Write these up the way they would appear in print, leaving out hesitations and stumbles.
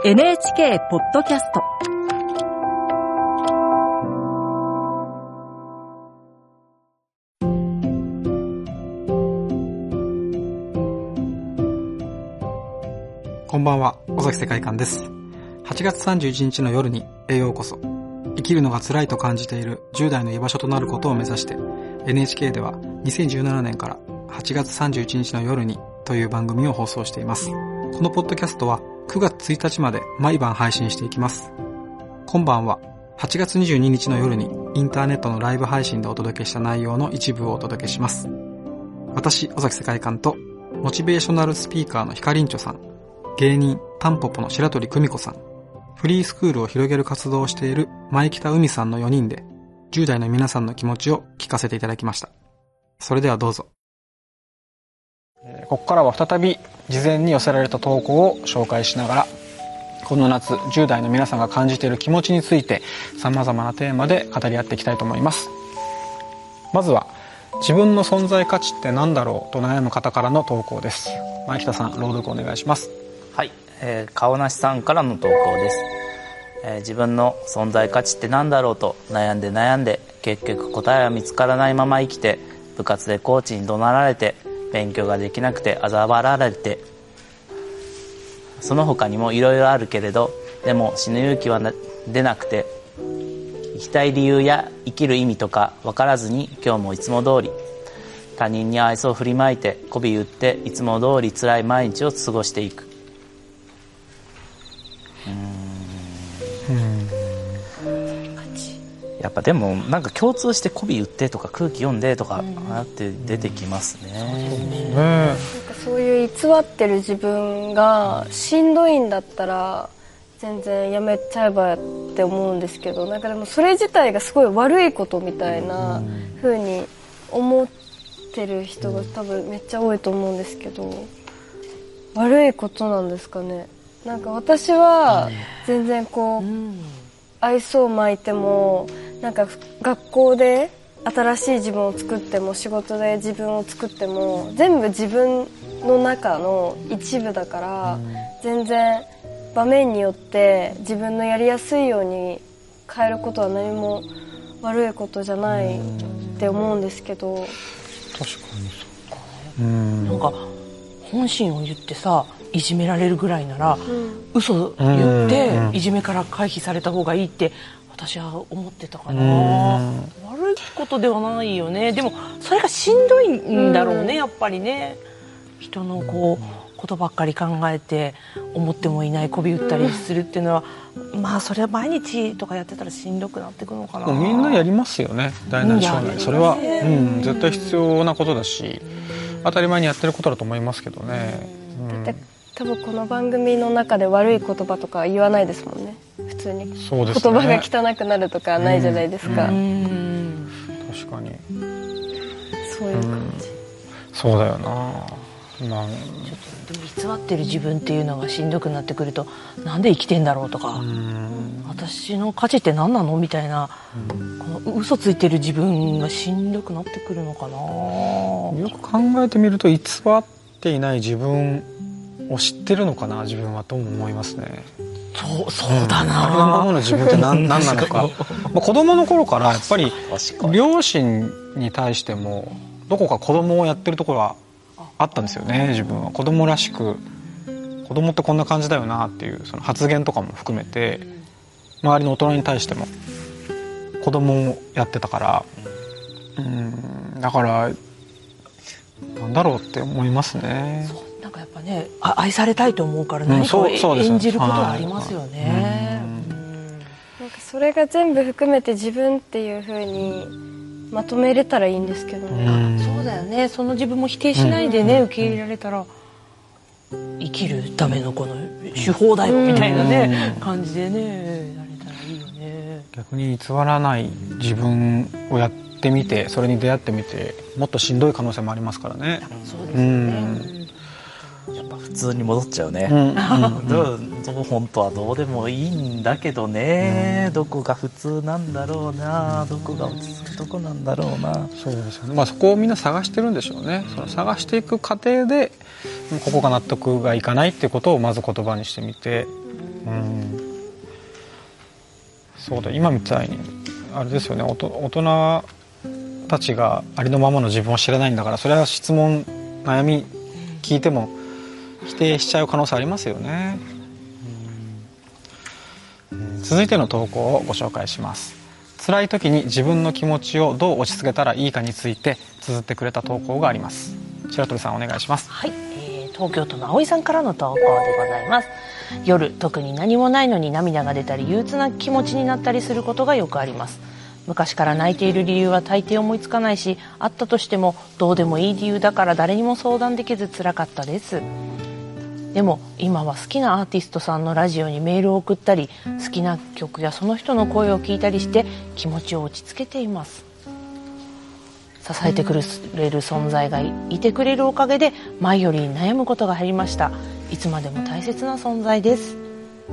NHK ポッドキャスト。 こんばんは、尾崎世界観です。8月31日の夜にようこそ。生きるのが辛いと感じている10代の居場所となることを目指して、NHK では2017年から8月31日の夜にという番組を放送しています。このポッドキャストは9月1日まで毎晩配信していきます。今晩は8月22日の夜にインターネットのライブ配信でお届けした内容の一部をお届けします。私、尾崎世界観とモチベーショナルスピーカーのひかりんちょさん、芸人タンポポの白鳥久美子さん、フリースクールを広げる活動をしている前北海さんの4人で10代の皆さんの気持ちを聞かせていただきました。それではどうぞ。ここからは再び事前に寄せられた投稿を紹介しながら、この夏10代の皆さんが感じている気持ちについて様々なテーマで語り合っていきたいと思います。まずは自分の存在価値って何だろうと悩む方からの投稿です。前北さん、朗読お願いします。 はい、顔なしさんからの投稿です。自分の存在価値って何だろうと悩んで結局答えは見つからないまま生きて、部活でコーチに怒鳴られて、勉強ができなくて嘲笑られて、その他にもいろいろあるけれど、でも死ぬ勇気は出なくて、生きたい理由や生きる意味とか分からずに、今日もいつも通り他人に愛想を振りまいて媚び売って、いつも通り辛い毎日を過ごしていく。やっぱでもなんか共通して媚び売ってとか空気読んでとかあって出てきますね。 なんかそういう偽ってる自分がしんどいんだったら全然やめちゃえばって思うんですけど、なんかでもそれ自体がすごい悪いことみたいな風に思ってる人が多分めっちゃ多いと思うんですけど、悪いことなんですかね。なんか私は全然こう愛想を巻いても、なんか学校で新しい自分を作っても、仕事で自分を作っても全部自分の中の一部だから、全然場面によって自分のやりやすいように変えることは何も悪いことじゃないって思うんですけど。 確かにそうか。 なんか本心を言ってさ、いじめられるぐらいなら、嘘言っていじめから回避された方がいいって私は思ってたかな。悪いことではないよね。でもそれがしんどいんだろうね、やっぱりね。人のことばっかり考えて思ってもいない媚び売ったりするっていうのは、まあそれは毎日とかやってたらしんどくなってくるのかな。 みんなやりますよね、大なり小なり。それは、絶対必要なことだし、当たり前にやってることだと思いますけどね。 だって多分この番組の中で悪い言葉とか言わないですもんね。普通にそうですね、 言葉が汚くなるとかないじゃないですか。 確かにそういう感じ。 そうだよな。 ちょっとでも偽ってる自分っていうのがしんどくなってくると、なんで生きてんだろうとか、私の価値って何なのみたいな、この嘘ついてる自分がしんどくなってくるのかな。 よく考えてみると、偽っていない自分を知ってるのかな、自分はとも思いますね。 そうだな。 ありのままの自分って何なのか。子供の頃からやっぱり両親に対してもどこか子供をやってるところはあったんですよね。自分は子供らしく、子供ってこんな感じだよなっていう、その発言とかも含めて周りの大人に対しても子供をやってたから、だからなんだろうって思いますね。 なんかやっぱね、愛されたいと思うから何かを演じることがありますよね。 なんかそれが全部含めて自分っていう風にまとめれたらいいんですけどね。 そうだよね。その自分も否定しないでね、受け入れられたら、生きるためのこの手法だよみたいなね、感じでね、やれたらいいよね。 逆に偽らない自分をやってみて、それに出会ってみて、もっとしんどい可能性もありますからね。 そうですよね。 やっぱ普通に戻っちゃうね、本当はどうでもいいんだけどね、どこが普通なんだろうな、どこが落ち着くとこなんだろうな。 そうですよね、そこをみんな探してるんでしょうね。その探していく過程でここが納得がいかないっていうことをまず言葉にしてみて、そうだ、今みたいにあれですよね、大人たちがありのままの自分を知らないんだから、それは質問悩み聞いても否定しちゃう可能性ありますよね。続いての投稿をご紹介します。辛い時に自分の気持ちをどう落ち着けたらいいかについて綴ってくれた投稿があります。白鳥さんお願いします。 はい、東京都の葵さんからの投稿でございます。夜特に何もないのに涙が出たり憂鬱な気持ちになったりすることがよくあります。昔から泣いている理由は大抵思いつかないし、あったとしてもどうでもいい理由だから誰にも相談できず辛かったです。でも今は好きなアーティストさんのラジオにメールを送ったり、好きな曲やその人の声を聞いたりして気持ちを落ち着けています。支えてくれる存在がいてくれるおかげで前より悩むことが減りました。いつまでも大切な存在です。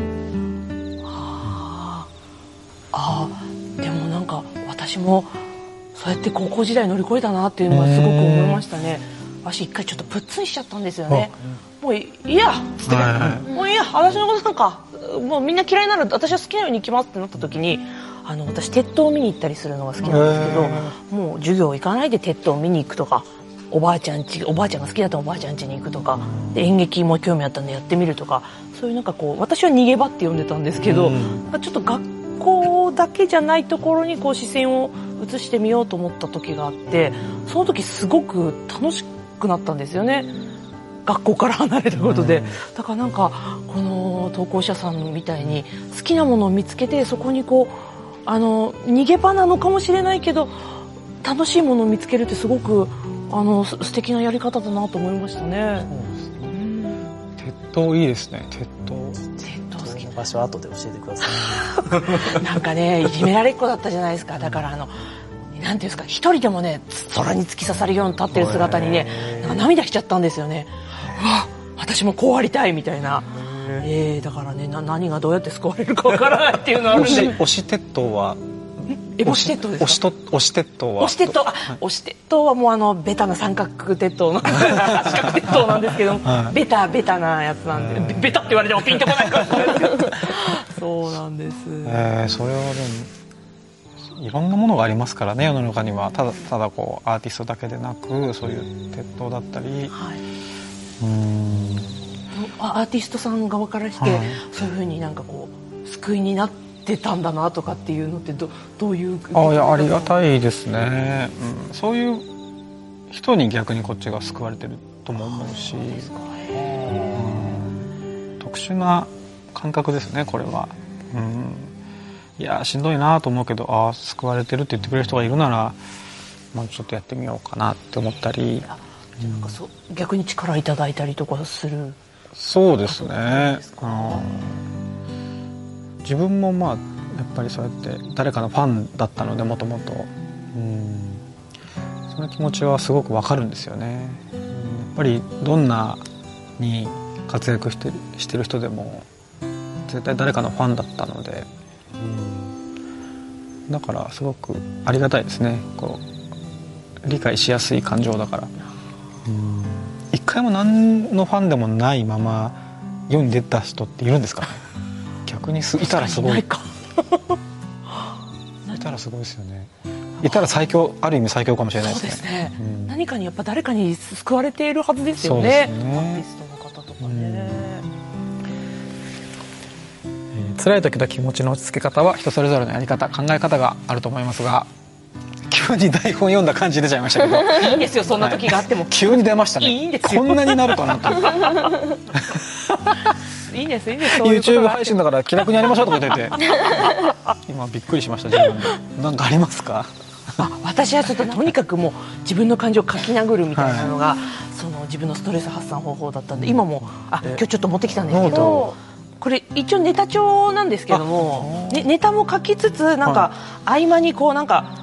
でもなんか私もそうやって高校時代乗り越えたなっていうのがすごく思いましたね。私一回ちょっとプッツンしちゃったんですよね。もういいやっつって、もういいや、私のことなんかもうみんな嫌いなら私は好きなように行きますってなった時に、私鉄塔を見に行ったりするのが好きなんですけど、もう授業行かないで鉄塔を見に行くとか、おばあちゃんが好きだったらおばあちゃん家に行くとかで、演劇も興味あったんでやってみるとか、そういうなんかこう私は逃げ場って呼んでたんですけど、ちょっと学校だけじゃないところにこう視線を移してみようと思った時があって、その時すごく楽しくなったんですよね、学校から離れたことで。だからなんかこの投稿者さんみたいに好きなものを見つけて、そこにこう逃げ場なのかもしれないけど楽しいものを見つけるってすごく素敵なやり方だなと思いましたね。 鉄塔いいですね。鉄塔好きな場所は後で教えてください。 なんかね、いじめられっ子だったじゃないですか。だからなんていうんですか、一人でもね空に突き刺さるように立ってる姿にね、なんか涙しちゃったんですよね。うわ、私もこうありたいみたいな。だからね、何がどうやって救われるかわからないっていうのがあるんで。 押し鉄塔は押し鉄塔ですか？ 押し鉄塔は押し鉄塔はもうベタな三角鉄塔の四角鉄塔なんですけど、ベタなやつなんで、ベタって言われてもピンとこないかもしれないですけどそうなんです。 それはでもいろんなものがありますからね、世の中には。ただこうアーティストだけでなく、そういう鉄塔だったり、 アーティストさん側からして、そういう風になんかこう救いになってたんだなとかっていうのってどういう？ いや、ありがたいですね、そういう人に逆にこっちが救われてるとも思うし、特殊な感覚ですね、これは。いやしんどいなと思うけど、救われてるって言ってくれる人がいるなら、ちょっとやってみようかなって思ったり、 なんか逆に力いただいたりとかする。そうですね。自分もやっぱりそうやって誰かのファンだったので、もともとその気持ちはすごくわかるんですよね。やっぱりどんなに活躍してる人でも絶対誰かのファンだったので、だからすごくありがたいですね。こう理解しやすい感情だから。一回も何のファンでもないまま世に出た人っているんですかね。逆にいたらすごい。いたらすごいですよね。いたら最強、ある意味最強かもしれないですね。 そうですね。何かにやっぱ誰かに救われているはずですよね。アーティストの方とかね。 辛い時の気持ちの落ち着け方は人それぞれのやり方、考え方があると思いますが、急に台本読んだ感じ出ちゃいましたけど。 いいんですよ、そんな時があっても。 急に出ましたね。 いいんですよ。 こんなになるかなと。 いいです。 YouTube 配信だから気楽にやりましょうとか言ってて、今びっくりしました。自分で何かありますか？ 私はちょっととにかくもう自分の感情を書き殴るみたいなのが、その自分のストレス発散方法だったんで、今も今日ちょっと持ってきたんですけど、これ一応ネタ帳なんですけども、ネタも書きつつ、なんか合間にこうなんか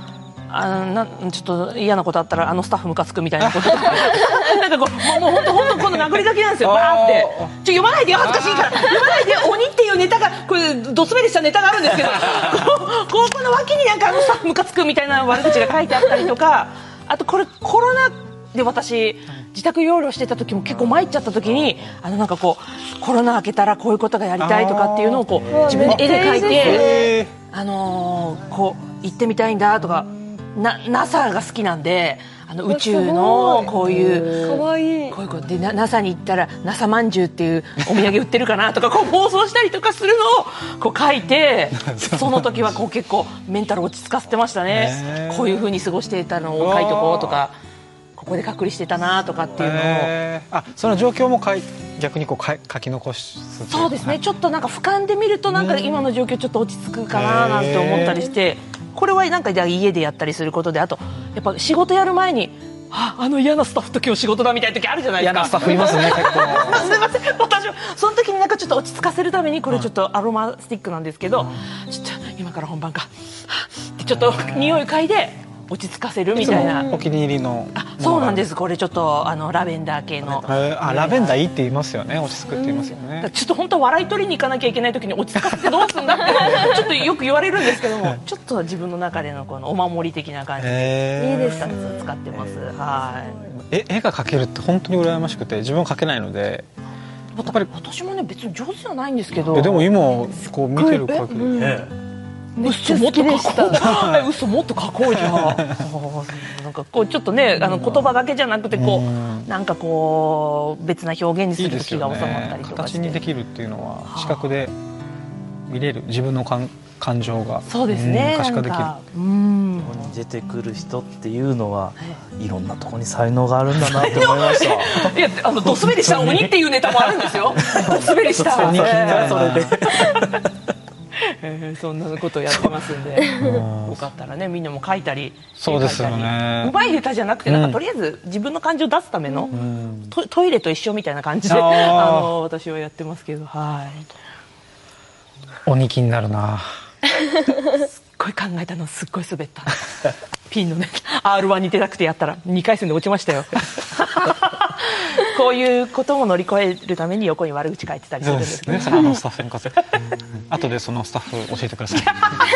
ちょっと嫌なことあったらスタッフムカつくみたいなこととかなんかこうもう本当この殴り書きなんですよ。バーって読まないでよ、恥ずかしいから読まないでよ、鬼っていうネタがこれドスベリしたネタがあるんですけどここの脇になんかスタッフムカつくみたいな悪口が書いてあったりとか、あとこれコロナで私自宅療養してた時も結構参っちゃった時になんかこうコロナ明けたらこういうことがやりたいとかっていうのをこう自分で絵で描いてこう行ってみたいんだとか、NASA が好きなんで宇宙のこういうかわいいこういうことで NASA に行ったら NASA まんじゅうっていうお土産売ってるかなとかこう妄想したりとかするのをこう書いてその時はこう結構メンタル落ち着かせてましたね。こういう風に過ごしていたのを書いとこうとか、ここで隔離してたなとかっていうのをその状況も逆にこう書き残す。 そうですね、ちょっとなんか俯瞰で見るとなんか今の状況ちょっと落ち着くかななんて思ったりして、これはなんか家でやったりすることで、あとやっぱ仕事やる前に嫌なスタッフと今日仕事だみたいな時あるじゃないですか。 嫌なスタッフいますね結構すいません、私はその時になんかちょっと落ち着かせるためにこれちょっとアロマスティックなんですけど、ちょっと今から本番かってちょっと匂い嗅いで落ち着かせるみたいな。 お気に入りのそうなんです。これちょっとラベンダー系のラベンダーいいって言いますよね。落ち着くって言いますよね。 ちょっと本当は笑い取りに行かなきゃいけない時に落ち着かせてどうすんだってちょっとよく言われるんですけども、ちょっと自分の中でのこのお守り的な感じでいいです使ってます。はい。 絵が描けるって本当に羨ましくて、自分は描けないので。 やっぱり私もね別に上手じゃないんですけど。 でも今こう見てる限り。 嘘もっと書こう嘘もっと書こうじゃんなんかこうちょっとね言葉だけじゃなくてこうなんかこう別な表現にする気が収まったりとかして、 形にできるっていうのは視覚で見れる自分の感情がそうですね、 可視化できる。 ここに出てくる人っていうのはいろんなところに才能があるんだなって思いました。 いやドスベリした鬼っていうネタもあるんですよ。ドスベリしたそれでそんなことやってますんでよかったらねみんなも書いたり。 そうですよね。 うまいネタじゃなくてなんかとりあえず自分の感情を出すためのトイレと一緒みたいな感じで私はやってますけど。はい。 鬼気になるな。 すっごい考えたのすっごい滑ったピンのね R1 に出なくてやったら2回戦で落ちましたよこういうことも乗り越えるために横に悪口書いてたりするんですね。 そのスタッフに勝つ後でそのスタッフ教えてください。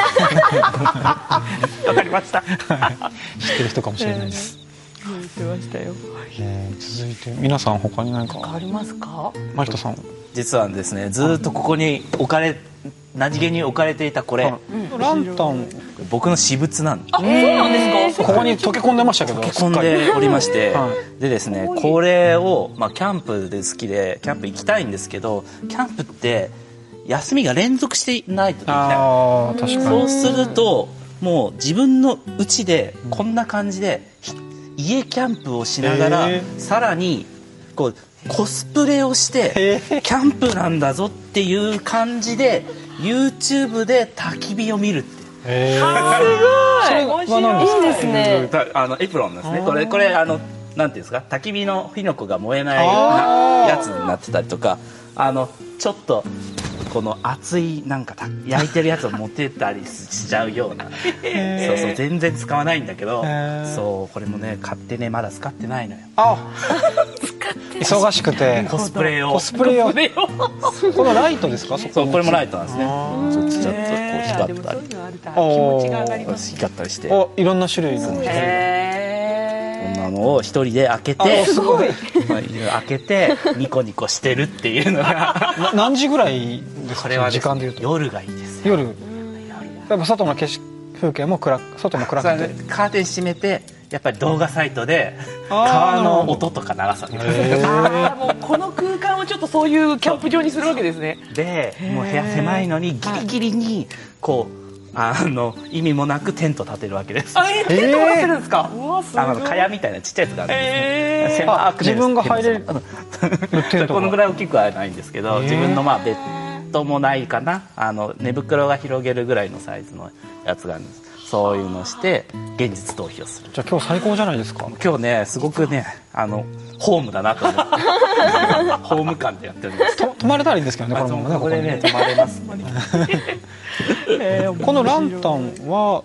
わかりました。 知ってる人かもしれないです。 言ってましたよ。 続いて皆さん他に何かありますか？ マリトさん。 実はですね、ずっとここに何気に置かれていたこれ、 ランタン僕の私物なんです。 そうなんですか？ ここに溶け込んでましたけど。 溶け込んでおりまして、でですね、これをキャンプで好きでキャンプ行きたいんですけど、キャンプって休みが連続していないとできない。 確かに。 そうするともう自分の家でこんな感じで家キャンプをしながらさらにこうコスプレをしてキャンプなんだぞっていう感じで YouTube で焚き火を見るって。 すごい。それはいいですね。 エプロンですね。これなんていうんですか、焚き火の火の粉が燃えないやつになってたりとか、ちょっとこの熱いなんか焼いてるやつを持ってたりしちゃうようなそう全然使わないんだけど、そうこれもね買ってねまだ使ってないのよ。 忙しくてコスプレをこのライトですか？ そうこれもライトなんですね。ちょっとこう光ったり気持ちが上がります。 光ったりしていろんな種類のこんなのを一人で開けて開けてニコニコしてるっていうのが何時ぐらいですか？ これは時間でいうと夜がいいですよ。夜やっぱ外の風景も外も暗くてカーテン閉めてやっぱり動画サイトで川の音とか流すわけです。 もうこの空間をちょっとそういうキャンプ場にするわけですね。 でもう部屋狭いのにギリギリにこう意味もなくテント立てるわけです。 テント立てるんですか？ 蚊帳みたいなちっちゃいやつがあるんですよ。狭く自分が入れるテントこのぐらい大きくはないんですけど、自分のベッドもないかな、寝袋が広げるぐらいのサイズのやつがあるんです。そういうのをして現実逃避をする。 じゃあ今日最高じゃないですか？ 今日ねすごくねホームだなと思ってホーム感でやってるんです。 泊まれたらいいんですけどね、このままね。 これね泊まれます。 このランタンは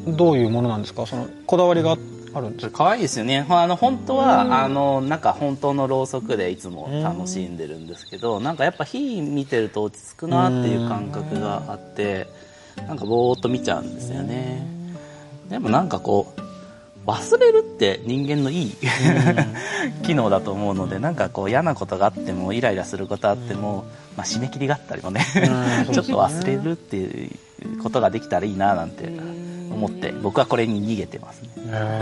どういうものなんですか？そのこだわりがあるんですか？ 可愛いですよね。本当は、なんか本当のろうそくでいつも楽しんでるんですけど、なんかやっぱ火見てると落ち着くなっていう感覚があって、なんかぼーっと見ちゃうんですよね。でもなんかこう忘れるって人間のいい機能だと思うので、なんかこう嫌なことがあってもイライラすることあっても、締め切りがあったりもねちょっと忘れるっていうことができたらいいななんて思って、僕はこれに逃げてますね。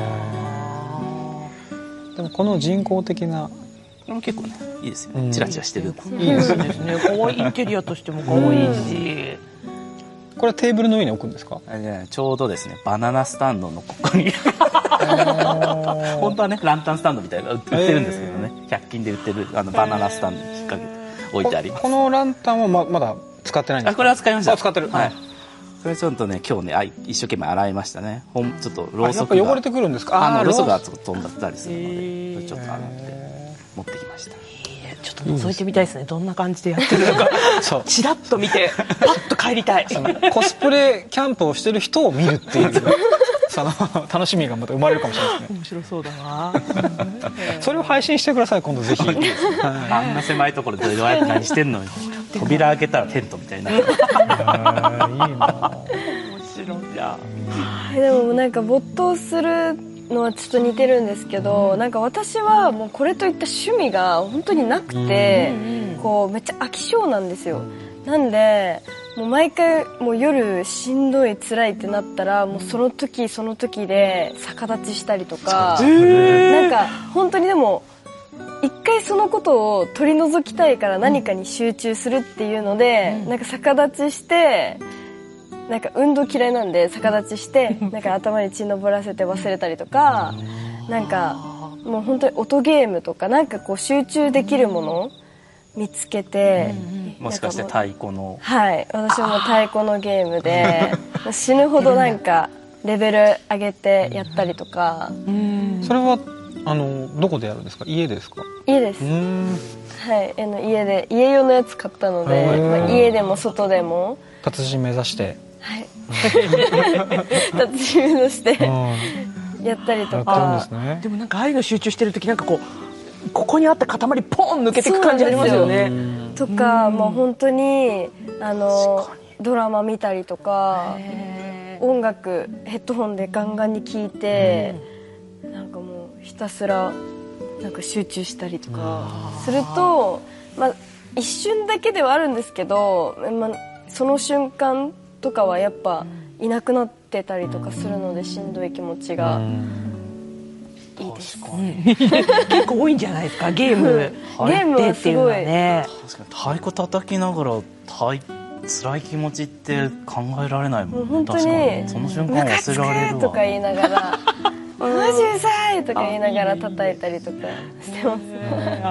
でもこの人工的な結構ねいいですよね。チラチラしてる。 いいですね。可愛いインテリアとしても可愛いし。 これはテーブルの上に置くんですか？ ちょうどですね、バナナスタンドのここに本当はねランタンスタンドみたいなの売ってるんですけどね、100均で売ってるバナナスタンドに引っ掛けて置いてあります。 このランタンはまだ使ってないんですか？ これは使いました。 使ってる。 はい。それちょっとね今日ね一生懸命洗いましたね。ちょっとろうそくがやっぱ汚れてくるんですか？ ろうそくが飛んだったりするので、ちょっと洗って持ってきました。 ちょっと覗いてみたいですね。どんな感じでやってるのかチラッと見てパッと帰りたい。 コスプレキャンプをしてる人を見るっていうその楽しみがまた生まれるかもしれないですね。 面白そうだなそれを配信してください今度ぜひ。 あんな狭いところでどうやって何してんの？扉開けたらテントみたいな。いいな。 面白い。 でもなんか没頭するのはちょっと似てるんですけど、なんか私はもうこれといった趣味が本当になくて、こうめっちゃ飽き性なんですよ。なんでもう毎回もう夜しんどい辛いってなったらもうその時その時で逆立ちしたりとか、なんか本当にでも一回そのことを取り除きたいから何かに集中するっていうので、なんか逆立ちしてなんか運動嫌いなんで逆立ちしてなんか頭に血登らせて忘れたりとか、なんかもう本当に音ゲームとかなんかこう集中できるものを見つけて、 もしかして太鼓の。 はい、私も太鼓のゲームで死ぬほどなんかレベル上げてやったりとか。 それはどこでやるんですか？家ですか？ 家です。はい、家で家用のやつ買ったので、家でも外でも達人目指してはい達人目指してやったりとか。 でもなんかああいうの集中してる時なんかここにあった塊ポン抜けていく感じありますよね。 とかもう本当にドラマ見たりとか音楽ヘッドホンでガンガンに聴いて、なんかもうひたすらなんか集中したりとかすると、一瞬だけではあるんですけど、その瞬間とかはやっぱいなくなってたりとかするのでしんどい気持ちがいいです。 結構多いんじゃないですかゲームはすごいね。 確かに太鼓叩きながら辛い気持ちって考えられないもん。 本当にその瞬間忘れられるわとか言いながらマジうざいとか言いながら叩いたりとかしてます。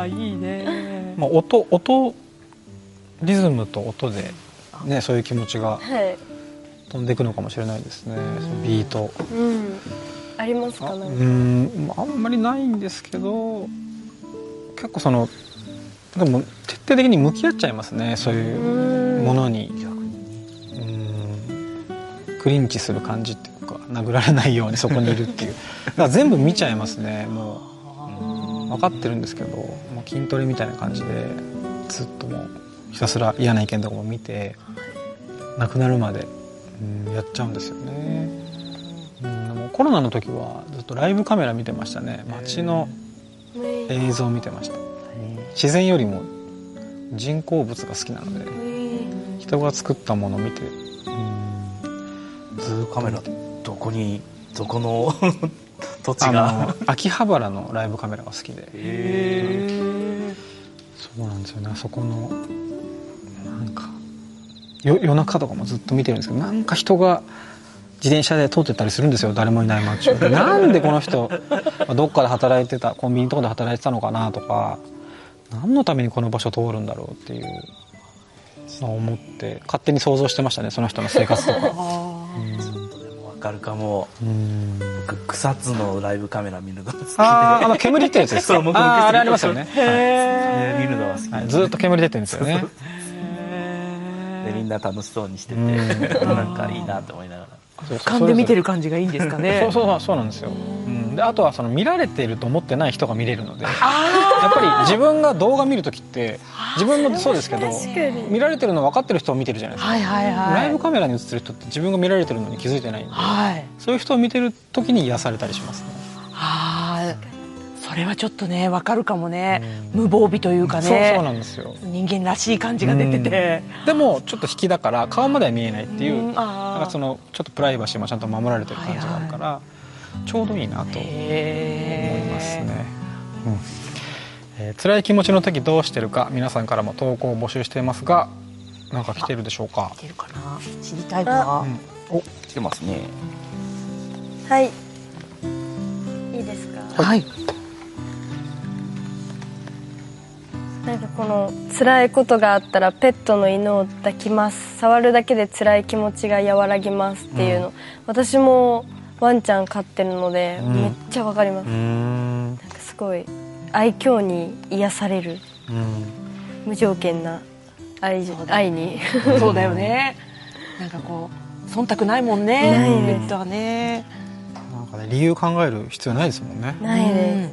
いいね。 音リズムと音でね、そういう気持ちが飛んでいくのかもしれないですね。ビート、 ありますか？あんまりないんですけど、結構でも徹底的に向き合っちゃいますね、そういうものに。クリンチする感じっていうか、殴られないようにそこにいるっていうだから全部見ちゃいますね。もう分かってるんですけど、もう筋トレみたいな感じでずっともうひたすら嫌な意見とかも見てなくなるまでやっちゃうんですよね。でもコロナの時はずっとライブカメラ見てましたね。街の映像を見てました。自然よりも人工物が好きなので、人が作ったものを見て、 ずっとカメラどこの土地が秋葉原のライブカメラが好きで、そうなんですよね。あそこのなんか夜中とかもずっと見てるんですけど、なんか人が自転車で通ってたりするんですよ、誰もいない街を。なんでこの人どっかで働いてた、コンビニとかで働いてたのかなとか、何のためにこの場所通るんだろうっていうのを思って勝手に想像してましたね、その人の生活とか。 ちょっとでも分かるかも。僕草津のライブカメラ見るのが好きで。 煙ってやつですか？ そう、僕あれありますよね。 見るのが好きで、 ずっと煙出てるんですよね。 でみんな楽しそうにしててなんかいいなと思いながら。 俯瞰で見てる感じがいいんですかね。 そうなんですよ。であとはその見られていると思ってない人が見れるので、やっぱり自分が動画見るときって自分もそうですけど、見られてるの分かってる人を見てるじゃないですか。ライブカメラに映ってる人って自分が見られてるのに気づいてないんで、そういう人を見てるときに癒されたりしますね。 それはちょっとね分かるかもね。無防備というかね。 そうなんですよ。 人間らしい感じが出てて、 でもちょっっと引きだから顔までは見えないっていう、なんかそのちょっとプライバシーもちゃんと守られてる感じがあるから、ちょうどいいなと思いますね。辛い気持ちの時どうしてるか、皆さんからも投稿を募集していますが、なんか来てるでしょうか。 来てるかな、知りたいな。 来てますね。 はい、いいですか。 はい。 なんかこの辛いことがあったらペットの犬を抱きます、触るだけで辛い気持ちが和らぎますっていうの、私もワンちゃん飼ってるのでめっちゃわかります。なんかすごい愛嬌に癒される、無条件な愛にそうだよね。なんかこう忖度ないもんね、ペットはね。 なんかね、理由考える必要ないですもんね。 ないです。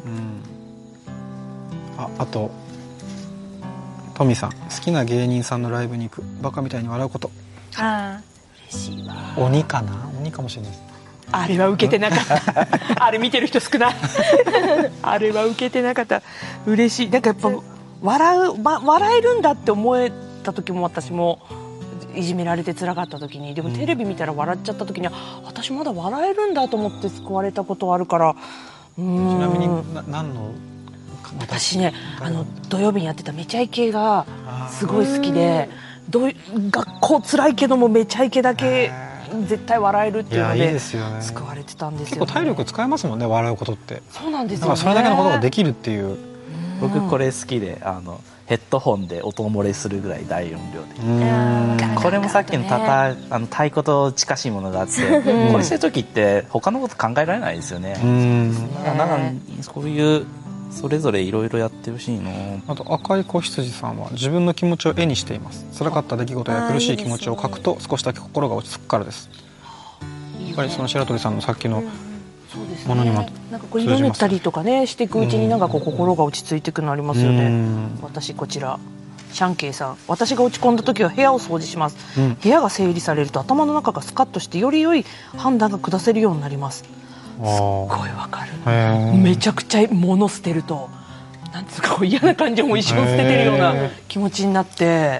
あとトミさん、好きな芸人さんのライブに行く、バカみたいに笑うこと。 嬉しいわ。 鬼かな、鬼かもしれないです。 あれは受けてなかったあれ見てる人少ないあれは受けてなかった。嬉しい。なんかやっぱ笑えるんだって思えた時も、私もいじめられて辛かった時に、でもテレビ見たら笑っちゃった時には、私まだ笑えるんだと思って救われたことあるから。 ちなみに何の。 私ね、土曜日にやってためちゃイケがすごい好きで、学校辛いけどもめちゃイケだけ絶対笑えるっていうので救われてたんですよね。 結構体力使えますもんね、笑うことって。 そうなんですよね。 それだけのことができるっていう。 僕これ好きで、ヘッドホンで音漏れするぐらい大音量で。これもさっきの太鼓と近しいものがあって、これしてる時って他のこと考えられないですよね。なんかそういうそれぞれいろいろやってほしいの。 あと赤い子羊さんは、自分の気持ちを絵にしています。辛かった出来事や苦しい気持ちを書くと少しだけ心が落ち着くからです。やっぱりその白鳥さんのさっきのものにもなんかこう色塗ったりとかねしていくうちに、なんかこう心が落ち着いていくのありますよね。私こちらシャンケイさん、私が落ち込んだ時は部屋を掃除します。部屋が整理されると頭の中がスカッとしてより良い判断が下せるようになります。すっごいわかる。めちゃくちゃ物捨てると、なんつうか嫌な感情も一緒に捨ててるような気持ちになって。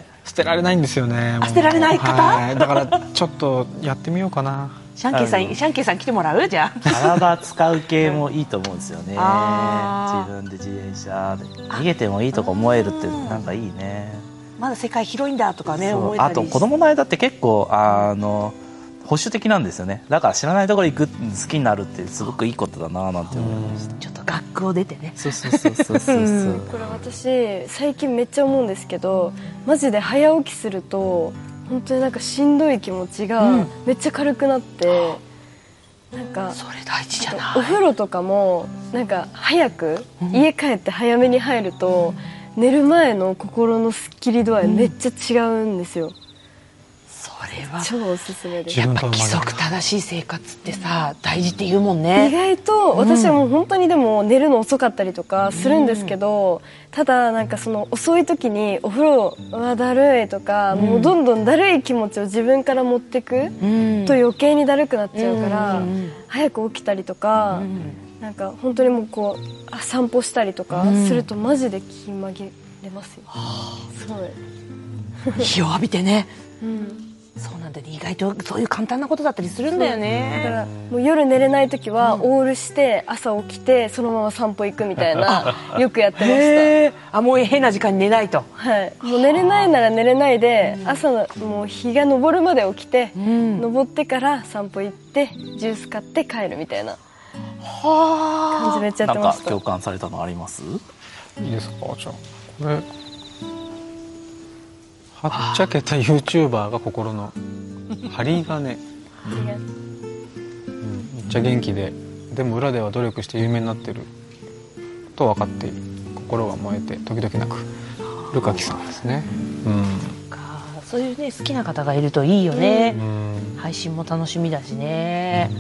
捨てられないんですよね。 捨てられない方、 だからちょっとやってみようかな。 シャンケイさん来てもらう。じゃあ体使う系もいいと思うんですよね。自分で自転車で逃げてもいいとか思えるってなんかいいね。 まだ世界広いんだとかね思えたり。 あと子供の間って結構保守的なんですよね。だから知らないところ行く、好きになるってすごくいいことだななんて思いました。 ちょっと学校出てね。 そうこれ私最近めっちゃ思うんですけど、マジで早起きすると本当になんかしんどい気持ちがめっちゃ軽くなって、なんかそれ大事じゃない。 お風呂とかもなんか早く家帰って早めに入ると、寝る前の心のスッキリ度合いめっちゃ違うんですよ。 それは超おすすめです。 やっぱ規則正しい生活ってさ大事って言うもんね。 意外と私はもう本当にでも寝るの遅かったりとかするんですけど、ただなんかその遅い時にお風呂はだるいとか、もうどんどんだるい気持ちを自分から持ってくと余計にだるくなっちゃうから、早く起きたりとか、なんか本当にもうこう散歩したりとかするとマジで気紛れますよ。すごい日を浴びてね。そうなんだね。意外とそういう簡単なことだったりするんだよね。 だからもう夜寝れない時はオールして朝起きてそのまま散歩行くみたいなよくやってました。 もう変な時間に寝ないと。 はい。もう寝れないなら寝れないで、朝のもう日が昇るまで起きて、昇ってから散歩行ってジュース買って帰るみたいな感じめっちゃやってました。 なんか共感されたのあります？ いいですか。じゃあこれはっちゃけた YouTuber が心の針金、めっちゃ元気で、でも裏では努力して有名になってると分かっている、心が燃えて時々泣くルカキさんですね。 そういうね好きな方がいるといいよね、 うん配信も楽しみだしね、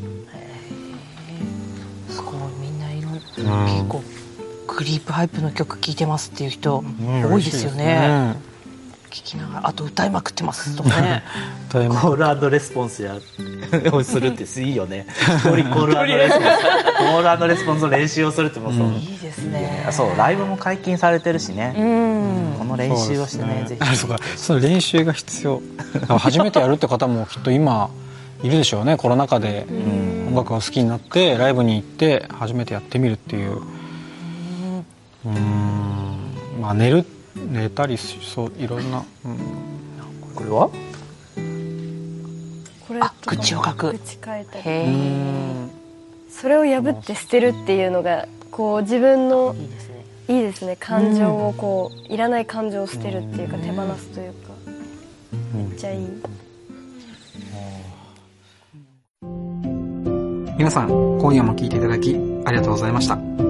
すごいみんないろんな、結構クリープハイプの曲聴いてますっていう人多いですよね、聞きながらあと歌いまくってますとかねコール&レスポンスをするっていいよね。コール&レスポンスコール&レスポンスの練習をするってもそう、 いいですね。 そうライブも解禁されてるしね、この練習をしてねぜひそうか、その練習が必要。初めてやるって方もきっと今いるでしょうね。コロナ禍で音楽が好きになってライブに行って初めてやってみるっていう。まあ寝たりそういろんな、 これはこれとか愚痴を書く。 愚痴書いたり、 へーそれを破って捨てるっていうのがこう自分のいいですね。 いいですね。感情をこういらない感情を捨てるっていうか手放すというかめっちゃいい。 皆さん今夜も聞いていただきありがとうございました。